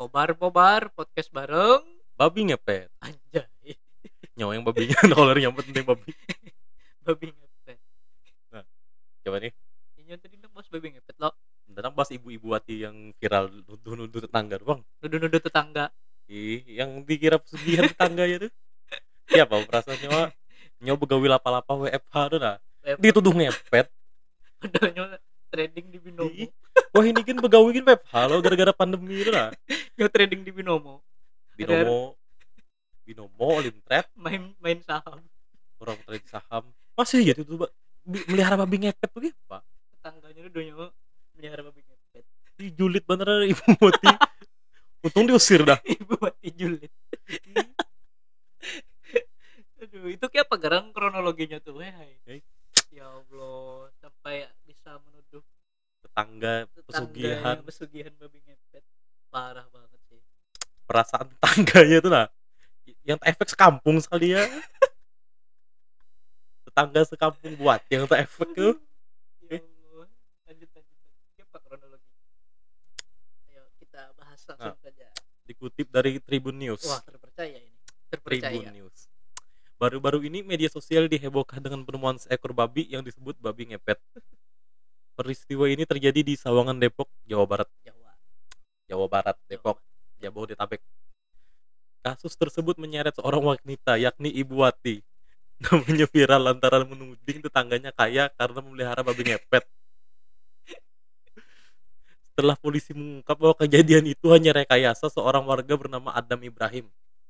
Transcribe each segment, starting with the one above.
Pobar podcast bareng Babi ngepet. anjay. Nyawa yang babinya dolar yang penting babi. Babi ngepet. Nah, coba nih. Ini tadi nak mas babi ngepet lo. Datang pas ibu-ibu hati yang viral nuduh-nuduh tetangga, Bang. Nuduh-nuduh tetangga. Yang dikira pesugihan tetangga ya tuh. Iya, Pak, perasaan nyawa begawi lapa-lapa WFH tuh nah. Dituduh ngepet. Padahal trading di Binomo. Wah, ini kan begawi kan WFH lo gara-gara pandemi itu lah. Nyo trading di Binomo. Binomo Olimtrade Main saham. orang trade saham. Masih ya itu melihara babi ngepet tuh gitu, Pak. Tetangganya udah nyawa melihara babi ngepet. Dijulit beneran ibu mati. Untung diusir dah. Ibu mati julid. Aduh, itu kayak apa garang kronologinya tuh, hai. Ya Allah, sampai bisa menuduh Tetangga pesugihan babi ngepet. Parah banget sih. Perasaan tetangganya tuh lah yang efek sekampung sekali ya. Tetangga sekampung buat yang efek tuh. Ya Allah. Lanjut. Apa kronologi? Ayo kita bahas langsung saja. Dikutip dari Tribun News. Wah, terpercaya ini. Tribun News. Baru-baru ini media sosial dihebohkan dengan penemuan seekor babi yang disebut babi ngepet. Peristiwa ini terjadi di Sawangan, Depok, Jawa Barat. Depok, Jabodetabek. Kasus tersebut menyeret seorang wanita yakni Ibu Wati. Namanya viral lantaran menuding tetangganya kaya karena memelihara babi ngepet. Setelah polisi mengungkap bahwa kejadian itu hanya rekayasa seorang warga bernama Adam Ibrahim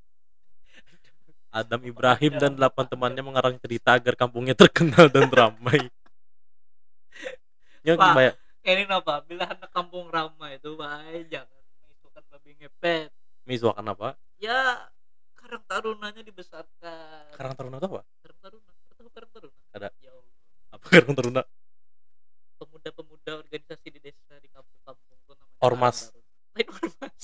dan 8 temannya mengarang cerita agar kampungnya terkenal dan ramai. Pak, ini apa? Bila anak kampung ramai itu baik, jangan misukan babi ngepet. Misukan apa? Ya, Karang Tarunanya dibesarkan. Karang Taruna itu apa? Karang Taruna. Ada. Ya Allah. Apa Karang Taruna? Pemuda-pemuda organisasi di desa di kampung-kampung itu namanya Ormas. Lain ormas.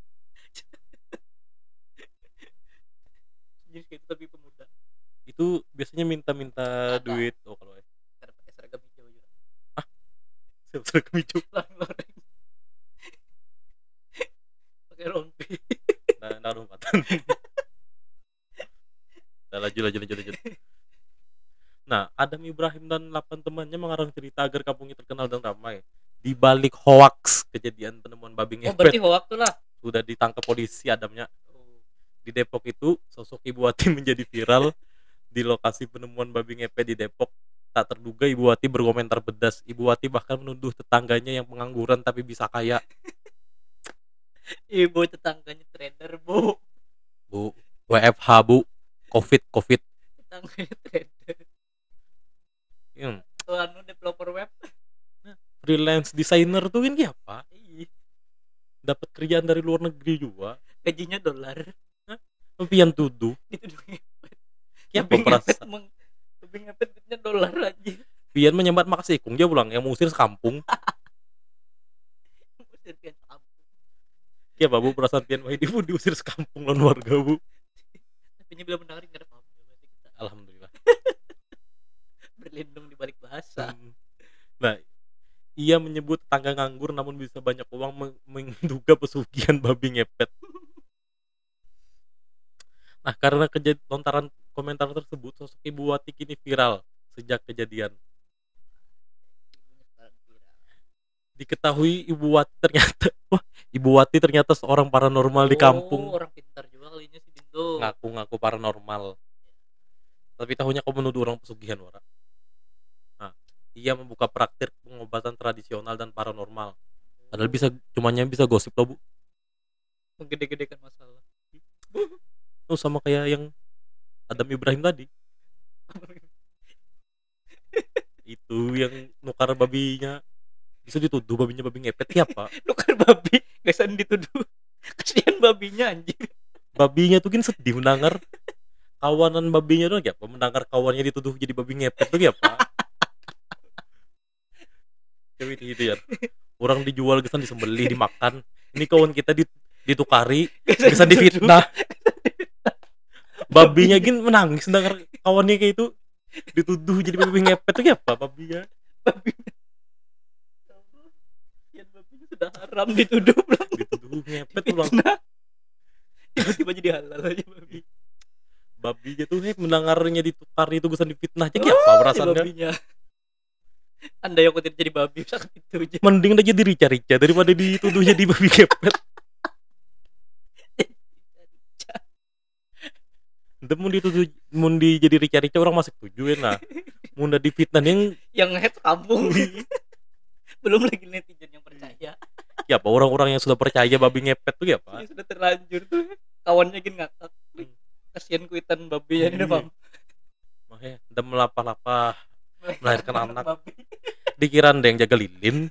Jenis kayak itu tapi pemuda. Itu biasanya minta duit. Oh kalau karena pakai seragam hijau juga. Seragam hijau. Loreng. Pakai rompi. Nah, lompatan. Nah, lanjut. Nah, Adam Ibrahim dan 8 temannya mengarang cerita agar kampungnya terkenal dan ramai. Di balik hoaks kejadian penemuan babi ngepet. Oh, berarti hoaks tuh lah. Sudah ditangkap polisi Adamnya. Di Depok itu, sosok Ibu Wati menjadi viral di lokasi penemuan babi ngepet di Depok. Tak terduga Ibu Wati berkomentar pedas. Ibu Wati bahkan menuduh tetangganya yang pengangguran tapi bisa kaya. Ibu tetangganya trader, Bu. WFH, Bu. Covid. Tetangganya trader. Tuh developer web. Freelance designer tuh kan kayak apa? Dapat kerjaan dari luar negeri juga. Gajinya dolar. Pian tuduh. Dituduh ngepet. Ya perasaan. Babi ngepet duitnya dolar aja. Pian menyambat makasih kung dia pulang yang mengusir sekampung. Mengusir pian sekampung. Ya babu perasaan Pian Wahidi Bu diusir sekampung lawan warga Bu. Tapi bila mendengar enggak ada paham berarti kita. Alhamdulillah. Berlindung di balik bahasa. Nah, ia menyebut tetangga nganggur namun bisa banyak uang menduga pesugihan babi ngepet. Nah, karena lontaran komentar tersebut, sosok Ibu Wati kini viral sejak kejadian. Diketahui Ibu Wati ternyata seorang paranormal di kampung. Orang pintar juga kalinya si Dindo. Ngaku-ngaku paranormal. Tapi tahunya kau menuduh orang pesugihan, Wara. Nah, ia membuka praktik pengobatan tradisional dan paranormal. Padahal bisa gosip loh, Bu. Menggede-gedekan masalah. Sama kayak yang Adam Ibrahim tadi. Itu yang nukar babinya. Bisa dituduh babinya babi ngepet ya, Pak. Nukar babi, gak dituduh. Kasihan babinya anjir. Babinya tuh kan sedih mendengar kawanan babinya tuh apa? Mendengar kawannya dituduh jadi babi ngepet tuh apa? Itu ya. Orang dijual gesan disembelih, dimakan. Ini kawan kita ditukari, gesan difitnah. Babinya gin menangis mendengar kawannya kayak itu dituduh jadi babi ngepet tuh apa babinya? Babinya sudah haram dituduh ngepet pulang. Dia tuh mendengarnya ditukar itu gusan difitnah aja apa perasaannya. Babinya. Anda yang udah jadi babi saat itu aja. Mending dia jadi rica-rica daripada dituduh jadi babi ngepet. Ente mau dituduh mau jadi rica-rica orang masih setuju ya nah. Mau udah difitnah yang head kampung. Belum lagi netizen yang percaya. Ya apa orang-orang yang sudah percaya babi ngepet tuh ya apa? Yang sudah terlanjur tuh kawannya gini ngakak. Kasihan kuitan babi ya ini Bang. Makanya udah melapah-lapah melahirkan anak. Dikira ada yang jaga lilin.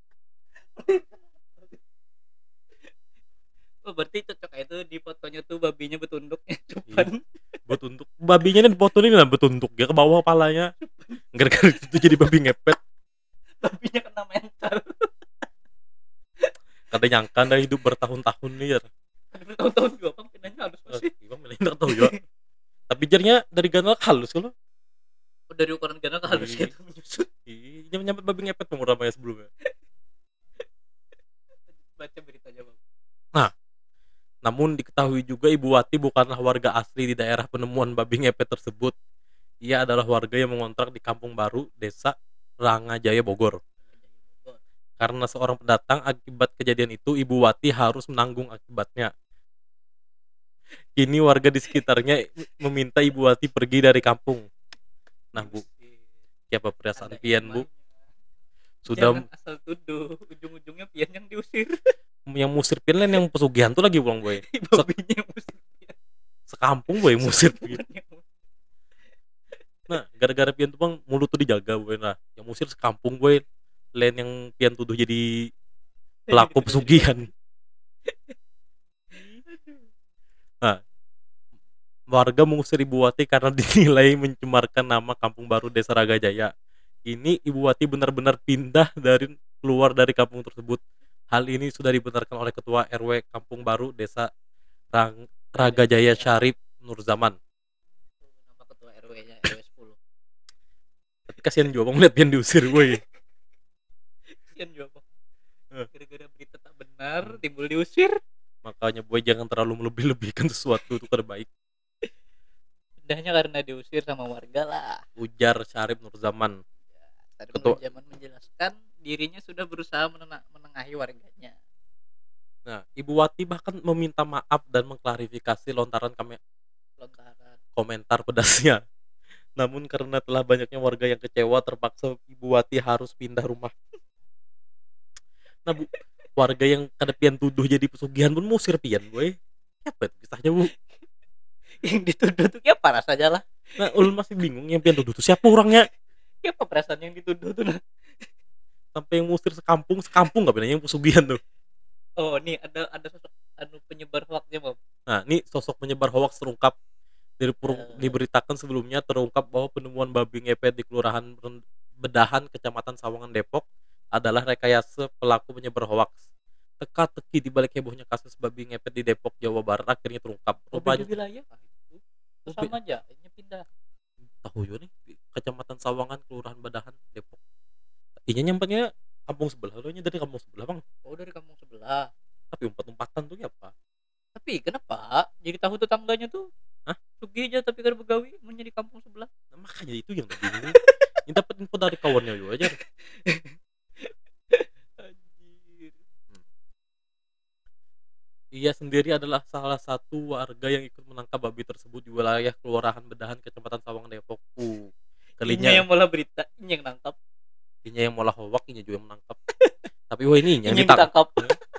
Oh, berarti cocok itu di fotonya tuh babinya betunduknya depan. Betunduk. Babinya nih foto ini lah betunduk ya ke bawah kepalanya. Gara-gara itu jadi babi ngepet. Babinya kena mental. Kada nyangka dah hidup bertahun-tahun nih ya. Bertahun-tahun juga Bang pinanya halus masih. Bang milih enggak tahu ya. Tapi jarnya dari ganal halus kalau. Oh, dari ukuran ganal ke halus gitu menyusut. Iya, nyampe babi ngepet pengurang ya sebelumnya. Baca beritanya Bang. Nah, namun diketahui juga Ibu Wati bukanlah warga asli di daerah penemuan babi ngepet tersebut. Ia adalah warga yang mengontrak di Kampung Baru, Desa Rangajaya, Bogor. Karena seorang pendatang, akibat kejadian itu Ibu Wati harus menanggung akibatnya. Kini warga di sekitarnya meminta Ibu Wati pergi dari kampung. Nah Bu, siapa perasaan pian Bu? Sudah jangan asal tuduh, ujung-ujungnya pian yang diusir. Yang musir pian lain yang pesugihan tuh lagi pulang boy. Babinya yang musir pian. Sekampung boy musir pian. Nah, gara-gara pian tuh Bang mulut tuh dijaga boy. Nah, yang musir sekampung boy. Lain yang pian tuduh jadi pelaku pesugihan. Nah, warga mengusir Ibu Wati karena dinilai mencemarkan nama Kampung Baru Desa Ragajaya. Ini Ibu Wati benar-benar pindah keluar dari kampung tersebut. Hal ini sudah dibenarkan oleh Ketua RW Kampung Baru Desa Ragajaya Syarif Nurzaman. Nama Ketua RW-nya RW 10. Tapi kasihan juga Bang lihat dia diusir boy. Kasihan juga Bang. Gara-gara berita tak benar timbul diusir. Makanya boy jangan terlalu melebih-lebihkan sesuatu itu kada baik. Pindahnya karena diusir sama warga lah. Ujar Syarif Nurzaman. Syarif Nurzaman menjelaskan dirinya sudah berusaha menengahi warganya. Nah, Ibu Wati bahkan meminta maaf dan mengklarifikasi lontaran komentar pedasnya. Namun karena telah banyaknya warga yang kecewa, terpaksa Ibu Wati harus pindah rumah. Nah Bu, warga yang kada pian tuduh jadi pesugihan pun musir pian boy. Apa itu kisahnya Bu? Yang dituduh tuh apa rasanya lah? Nah, ulun masih bingung yang pian tuduh tuh siapa orangnya? Apa perasaan yang dituduh tuh nah? Sampai yang musir sekampung gak bedanya yang pesugihan tuh. Oh, nih ada sosok penyebar hoaxnya Bang. Nah, ini sosok penyebar hoax terungkap. Diberitakan sebelumnya terungkap bahwa penemuan babi ngepet di Kelurahan Bedahan, Kecamatan Sawangan, Depok adalah rekayasa pelaku penyebar hoax. Teka-teki di balik hebohnya kasus babi ngepet di Depok, Jawa Barat akhirnya terungkap. Rupanya wilayah itu sama aja, ini pindah. Tahu ya nih, Kecamatan Sawangan, Kelurahan Bedahan, Depok. Inya nyampainya kampung sebelah, lo dari kampung sebelah Bang. Oh, dari kampung sebelah. Tapi umpat-umpatan tuh ya apa? Tapi kenapa jadi tahu tetangganya tuh? Hah? Sugih aja tapi kada begawi menjadi kampung sebelah. Nah, makanya itu yang bingung. Ini dapat info dari kawannya yo aja. Anjir. Ia sendiri adalah salah satu warga yang ikut menangkap babi tersebut di wilayah Kelurahan Bedahan, Kecamatan Sawangan, Depok. Kalinya yang malah berita, ini yang nangkap. Ini yang malah hoax, ini juga yang menangkap. Tapi ini yang ditangkap.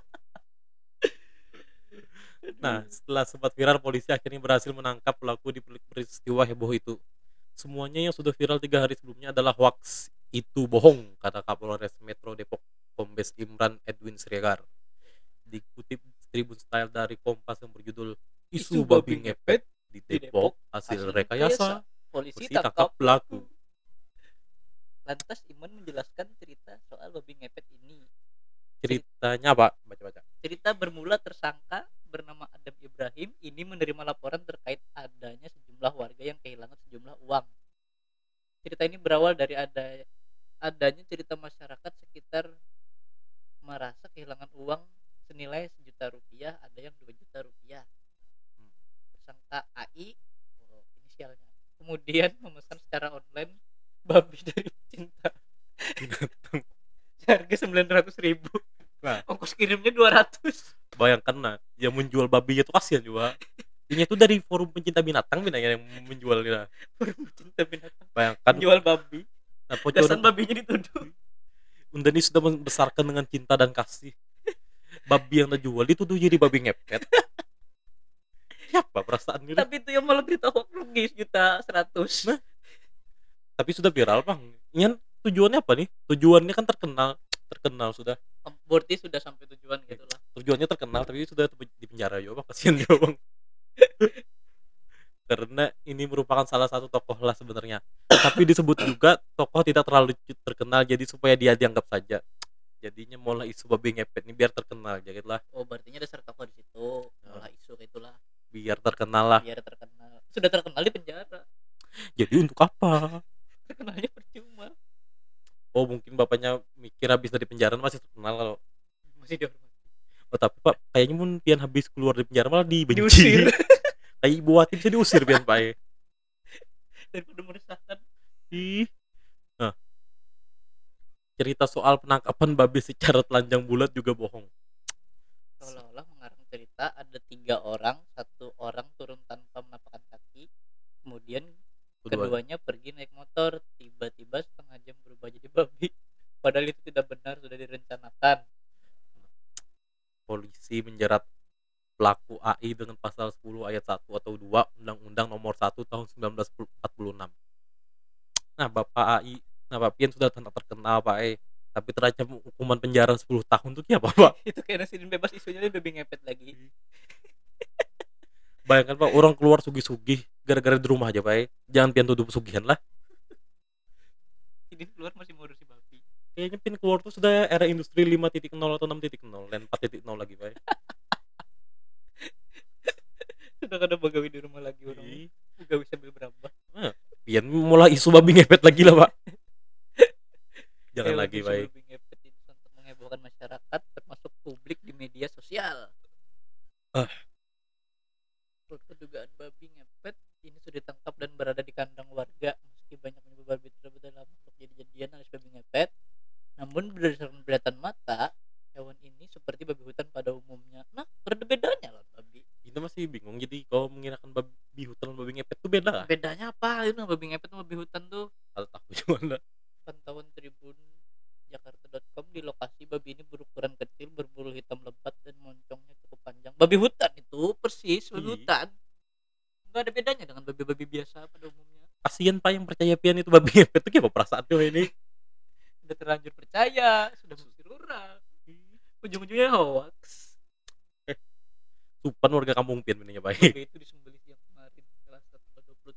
Nah, setelah sempat viral, polisi akhirnya berhasil menangkap pelaku di peristiwa heboh itu. Semuanya yang sudah viral 3 hari sebelumnya adalah hoax. Itu bohong, kata Kapolres Metro Depok, Kombes Imran Edwin Siregar. Dikutip Tribun Style dari Kompas yang berjudul Isu Babi Ngepet di Depok, hasil rekayasa, polisi tangkap pelaku. Lantas Iman menjelaskan cerita soal babi ngepet ini. Ceritanya apa? Baca-baca. Cerita bermula tersangka bernama Adam Ibrahim ini menerima laporan terkait adanya sejumlah warga yang kehilangan sejumlah uang. Cerita ini berawal dari adanya cerita masyarakat sekitar merasa kehilangan uang senilai Rp1 juta, ada yang Rp2 juta. Tersangka AI, inisialnya. Kemudian memesan secara online babi dari pecinta binatang. seharga 900.000. Nah, Ongkos kirimnya 200. bayangkan nah, yang menjual babinya tuh kasihan juga. Ini tuh dari forum pencinta binatang yang menjualnya. Pecinta binatang Bayangkan, menjual babi. nah Dasan pocoran babinya dituduh. Unda ini sudah membesarkan dengan cinta dan kasih. Babi yang dijual itu tuh jadi babi ngepet. Siapa perasaan ini? Tapi itu yang malah berita hoax rugi 1.100.000. Nah, tapi sudah viral bang. Ini tujuannya apa nih? Tujuannya kan terkenal sudah. Berarti sudah sampai tujuan gitu lah. Tujuannya terkenal tapi sudah di penjara juga bang. Kasihan juga bang. Karena ini merupakan salah satu tokoh lah sebenarnya. Tapi disebut juga tokoh tidak terlalu terkenal jadi supaya dia dianggap saja. Jadinya mulai isu babi ngepet ini biar terkenal jadi lah. Oh, berartinya dasar tokoh di situ. Malah isu itulah. Biar terkenal lah. Biar terkenal. Sudah terkenal di penjara. Jadi untuk apa? Terkenalnya percuma. Oh mungkin bapaknya mikir habis dari penjara masih terkenal kalau. Masih dihormati. Oh tapi pak kayaknya mun pian habis keluar dari penjara malah dibenci. Diusir. Kayak ibu Wati bisa diusir pian pak. Daripada meresahkan. Ih. Nah, cerita soal penangkapan babi secara telanjang bulat juga bohong. Seolah-olah mengarang cerita ada 3 orang, 1 orang turun tanpa menapakkan kaki, kemudian keduanya pergi naik motor, tiba-tiba setengah jam berubah jadi babi. Padahal itu tidak benar, sudah direncanakan. Polisi menjerat pelaku AI dengan pasal 10 ayat 1 atau 2 Undang-Undang Nomor 1 Tahun 1946. Nah, Bapak AI, nah Pak Pian sudah terkenal Pak tapi terancam hukuman penjara 10 tahun tuh apa Pak? Itu kayak nasiin bebas, isunya dia babi ngepet lagi. Bayangkan Pak, orang keluar sugih-sugih gara-gara di rumah aja Pak. Jangan pian tuduh pesugihan lah. Ini keluar masih mau urusi babi. Kayaknya pian keluar tuh sudah era industri 5.0 atau 6.0 dan 4.0 lagi Pak. Sudah ada begawi di rumah lagi orang. Begawi sambil berambah. Pian mulai isu babi ngepet lagi lah Pak. Jangan lagi Pak. Babi ngepet itu untuk menghebohkan masyarakat termasuk publik di media sosial. Dugaan babi ngepet ini sudah ditangkap dan berada di kandang warga. Meski banyak menyebut babi tersebut dalam makhluk jadi-jadian alias babi ngepet, namun berdasarkan penglihatan mata, hewan ini seperti babi hutan pada umumnya. Nah, berbedanya loh babi. Itu masih bingung. Jadi kalau mengirakan babi hutan dan babi ngepet tuh beda lah. Bedanya apa? Itu babi ngepet sama babi hutan tuh. Kalau tahu gimana? Pantauan Tribun Jakarta.com, di lokasi babi ini berukuran kecil, berbulu hitam lebat dan moncongnya cukup panjang. Babi hutan itu persis babi hutan. Enggak ada bedanya dengan babi-babi biasa pada umumnya. Kasian Pak yang percaya pian itu babi ngepet tuh apa perasaan tuh ini? Sudah terlanjur percaya, sudah mengusir orang. Ujung-ujungnya hoax. Supan warga kampung pian benernya Pak. Babi itu disembelih yang kemarin Selasa tanggal 27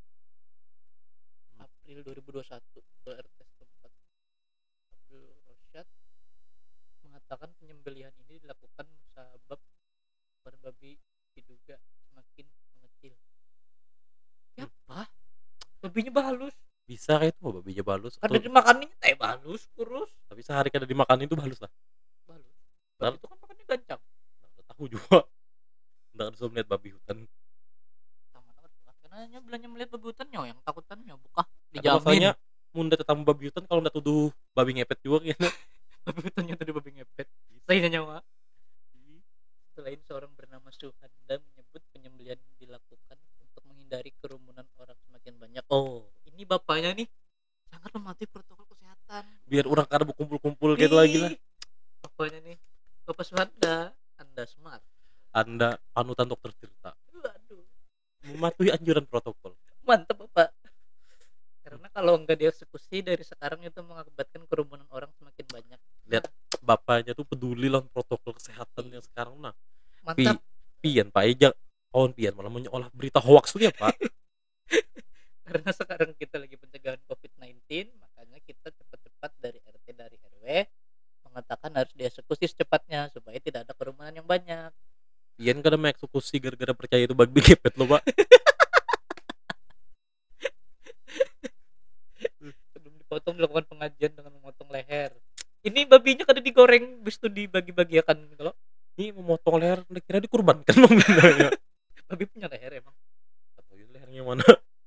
April 2021 ke RT setempat. Abdul Rosyad mengatakan penyembelihan ini dilakukan sebab pada babi diduga semakin mengecil. Siapa? Babinya balus. Bisa kayak itu babinya balus. Kada dimakanin teh balus, kurus. Tapi sehari kada dimakan itu balus lah. Balus. Babi itu kan makannya gancang. Nggak tahu juga. Nggak ada melihat babi hutan. Karena belanja melihat babi hutan yang takutannya buka dijamin. Masalahnya munda tetamu babi hutan kalau nggak tuduh babi ngepet juga kayaknya. Babi hutannya tadi babi ngepet. Saya nyawa. Selain seorang bernama Suhanda menyebut penyembelihan dilakukan untuk menghindari kerumunan orang semakin banyak. Oh, ini bapaknya nih sangat mematuhi protokol kesehatan. Biar orang kada berkumpul-kumpul gitu lagi lah. Bapaknya nih, Bapak Suhanda, Anda smart. Anda panutan dokter Tirta. Waduh. Mematuhi anjuran protokol. Mantap Bapak. Karena kalau enggak dieksekusi dari sekarang itu mengakibatkan kerumunan orang semakin banyak. Lihat bapaknya tuh peduli lah protokol kesehatan yang sekarang nah. Mantap. Pian Pak Ejak kawan pian malah menyolah berita hoax tuh ya Pak. Karena sekarang kita lagi pencegahan COVID-19, makanya kita cepat-cepat dari RT dari RW mengatakan harus dieksekusi secepatnya supaya tidak ada kerumunan yang banyak. Pian kada mengeksekusi gara-gara percaya itu babi ngepet loh Pak. Sebelum dipotong dilakukan pengajian dengan memotong leher. Ini babinya kada digoreng, bis itu dibagi-bagiakan gitu loh. Ini memotong leher, kira dikurbankan sebenarnya. Babi punya leher emang. Atau lehernya mana?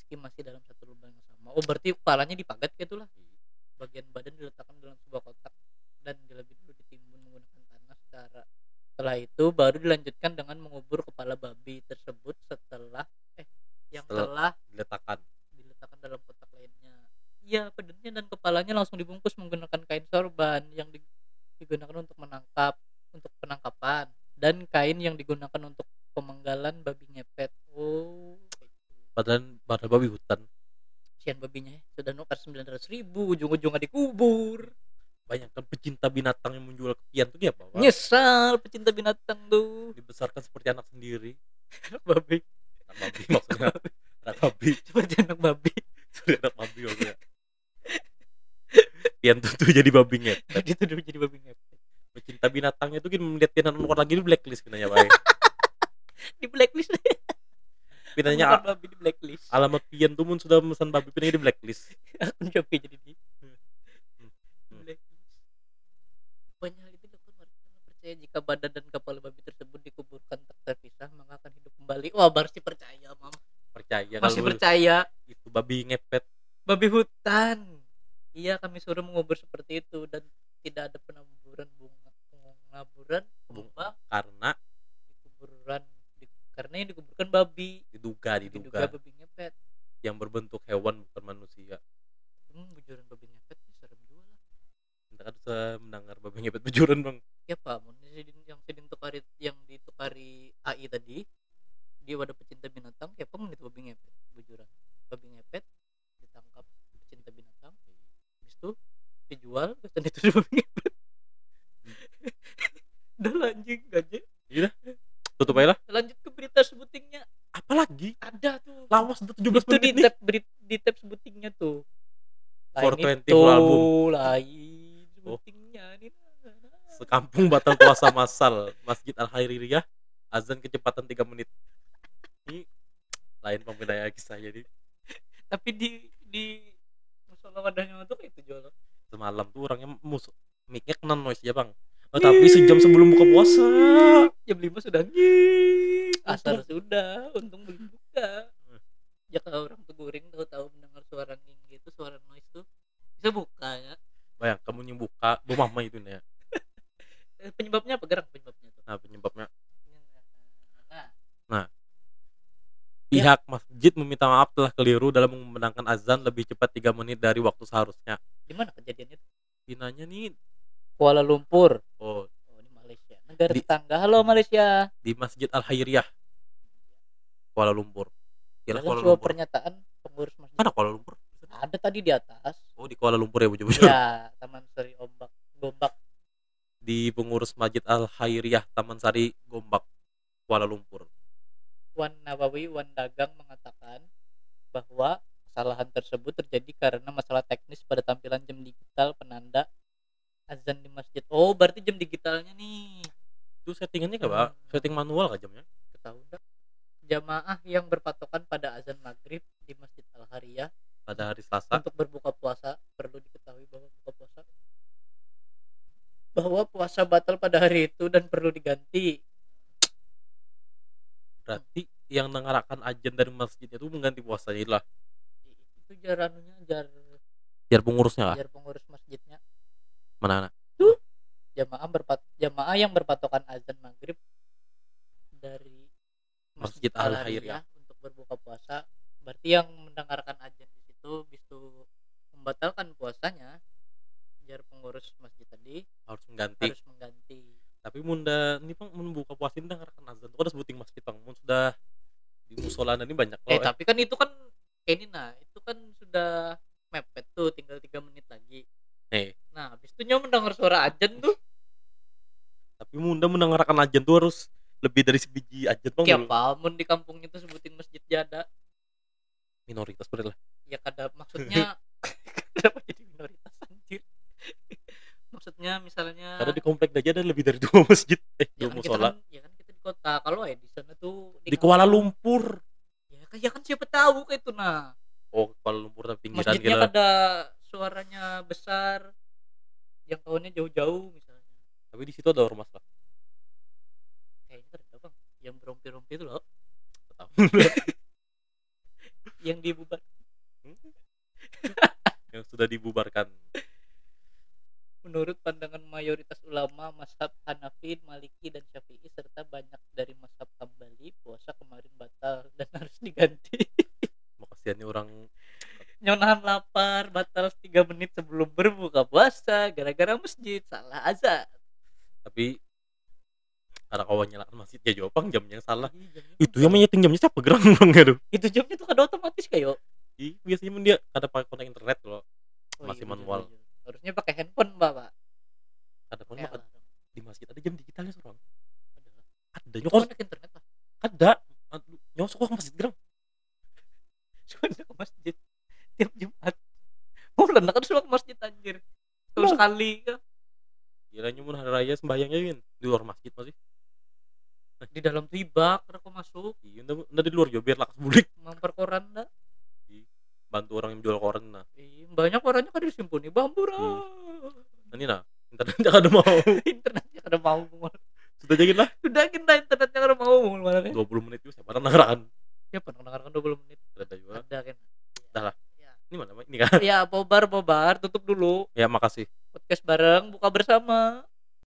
meski masih dalam satu lubang yang sama. Oh berarti kepalanya dipagat gitu lah. Bagian badan diletakkan dalam sebuah kotak dan lebih dulu ditimbun menggunakan tanah. Setelah itu baru dilanjutkan dengan mengubur kepala babi tersebut setelah yang telah diletakkan dalam kotak lainnya. Iya, badannya dan kepalanya langsung dibungkus menggunakan kain sorban yang digunakan untuk penangkapan, dan kain yang digunakan untuk pemenggalan babi ngepet. Oh, padahal babi hutan. kasihan babinya ya. Sudah nukar 900.000, ujung-ujungnya dikubur. Bayangkan pecinta binatang yang menjual kepian tuh dia apa? Nyesal pecinta binatang tuh. Dibesarkan seperti anak sendiri. Anak babi. Anak babi maksudnya. Anak babi. Seperti anak babi. Seperti anak babi maksudnya. Pian tuh jadi babi ngepet. Itu dulu jadi babi ngepet. Pecinta binatangnya tuh kan melihat pian keluar lagi di blacklist pinanya baik. Di blacklist. Pinanya babi di blacklist. Alamat pian tuh mun sudah memesan babi pinanya di blacklist. Akun Shopee jadi di blacklist. Banyak hal itu dilakukan warga karena percaya jika badan dan kepala babi tersebut dikuburkan tak terpisah maka akan hidup kembali. Wah, pasti percaya, Mam. Percaya Masih kalau percaya. itu babi ngepet. Babi hutan. Iya, kami suruh mengubur seperti itu dan tidak ada penamburan bunga karena karena yang dikuburkan babi. Diduga Babi ngepet yang berbentuk hewan bukan manusia. Bujuran babi ngepet serem juga lah. Kita kan bisa mendengar babi ngepet bujuran, Bang. Ya Pak, yang ditukari AI tadi dia wadah pecinta binatang, ya Pak itu babi ngepet bujuran. Babi ngepet ditangkap pecinta binatang, habis itu dijual, dan itu babi ngepet. Udah lanjut gaje. Iya. Tutup aja lah. Lanjut ke berita sebutingnya. Apalagi? Ada tuh. Lawas udah 17 itu menit nih. Di tab sebutingnya tuh. 420 full album. Lain sebutingnya nih. Sekampung batal puasa massal Masjid Al-Khairiyah, azan kecepatan 3 menit. Ini lain pembedaan kisahnya nih. Tapi di musola wadahnya tuh kayak itu jual. Semalam tuh orangnya mic-nya kena noise ya, Bang. Tapi sejam sebelum buka puasa. Jam 5 sudah asar sudah, untung belum buka. Ya kalau orang teguring tahu-tahu mendengar suara nging gitu, suara noise tuh bisa buka ya. Bayang kamu yang buka, bu mama itu nih ya. Penyebabnya apa gerak penyebabnya tuh? Nah, penyebabnya. Nah. Pihak masjid meminta maaf telah keliru dalam membenarkan azan lebih cepat 3 menit dari waktu seharusnya. Di mana kejadiannya tuh? Pinanya nih Kuala Lumpur. Oh, di Malaysia. Negara tetangga. Halo Malaysia. Di Masjid Al-Khairiyah, Kuala Lumpur. Dalam sebuah pernyataan pengurus masjid. Mana Kuala Lumpur? Ada tadi di atas. Oh, di Kuala Lumpur ya, bujur. Ya, Taman Sari Gombak. Di pengurus Masjid Al-Khairiyah Taman Sari Gombak, Kuala Lumpur. Wan Nawawi Wan Dagang mengatakan bahwa kesalahan tersebut terjadi karena masalah teknis pada tampilan jam digital penanda azan di masjid. Oh, berarti jam digitalnya nih. Itu settingannya enggak, Pak? Setting manual kah jamnya? Ketahuan dah. Jamaah yang berpatokan pada azan maghrib di Masjid Al-Khairiyah pada hari Selasa untuk berbuka puasa perlu diketahui bahwa puasa batal pada hari itu dan perlu diganti. Berarti yang mengarahkan azan dari masjid itu mengganti puasa lah. Itu jar pengurusnya lah. Jar pengurus masjidnya. Mana? Tuh. Jamaah yang berpatokan azan maghrib dari Masjid Al-Khairiyah untuk berbuka puasa, berarti yang mendengarkan azan di situ bisa membatalkan puasanya. Jar pengurus masjid tadi harus mengganti. Tapi munda ini Bang membuka puasa ini dengarkan azan itu ada sebuting masjid Bang. Sudah di musola ini banyak loh. Tapi kan itu kan ini itu kan sudah mepet tuh, tinggal 3 menit lagi. Nah, habis itu mendengar suara azan tuh. Tapi munda mendengarkan azan tuh harus lebih dari sebiji azan Bang. Ya mun di kampungnya tuh sebutin masjid jada. Minoritas bener lah. Ya kada maksudnya kenapa jadi minoritas anjir? Maksudnya misalnya karena di komplek aja ada lebih dari 2 masjid, 2 musola. Ya kan kita di kota. Kalau di sana tuh di Kuala Lumpur. Ya kan siapa tahu kayak itu nah. Oh, Kuala Lumpur tapi pinggiran masjidnya kada suaranya besar, yang tahunnya jauh-jauh misalnya. Tapi di situ ada ormas lah. Kayaknya ada Bang, yang berompi-rompi itu loh. Tahu. yang dibubar. Yang sudah dibubarkan. Menurut pandangan mayoritas ulama mazhab Hanafi, Maliki dan Syafi'i serta banyak dari mazhab Hambali, puasa kemarin batal dan harus diganti. Makasihan nih orang. Nyonahan lapar batal 3 menit sebelum berbuka puasa gara-gara masjid salah azan. Tapi karena kawan nyalakan masjid ya Jopang jamnya yang salah. Ih, jamnya Itu kan yang menyeting jamnya siapa gerang bang aduh. itu jamnya tuh kada otomatis kayak. Biasanya dia kada pakai kontak internet loh. Oh, Masih iya, manual. jujur. Harusnya pakai handphone Bapak. Ada pun Kayak makan alarm. di masjid ada jam digitalnya seorang. Adalah. Ada Itu nyokos connect internet Pak. ada. Aduh, nyosok ke masjid gerang. Connect ke masjid tiap Jumat. Oh, lah kan suka ke masjid anjir. Terus Nah. sekali kan. Gila nyumun hari raya sembahyangnya Win di luar masjid masih. Di dalam tibak kok masuk Iya, udah di luar juga biar lakas bulik. mampar koran dah. Bantu orang yang jual koran nah. Iya, banyak orangnya kan disimpuni bambu Iya. Nanti nah, internetnya kada mau. Internetnya kada mau Sudah jadi lah. sudah kita internetnya kada mau mana nih 20 menit itu siapa nangarakan. ya pernah dengarkan 20 menit Ada juga. ada kan Dah lah. ya. Ini mana ini kan? Ya bobar tutup dulu Ya makasih. podcast bareng buka bersama.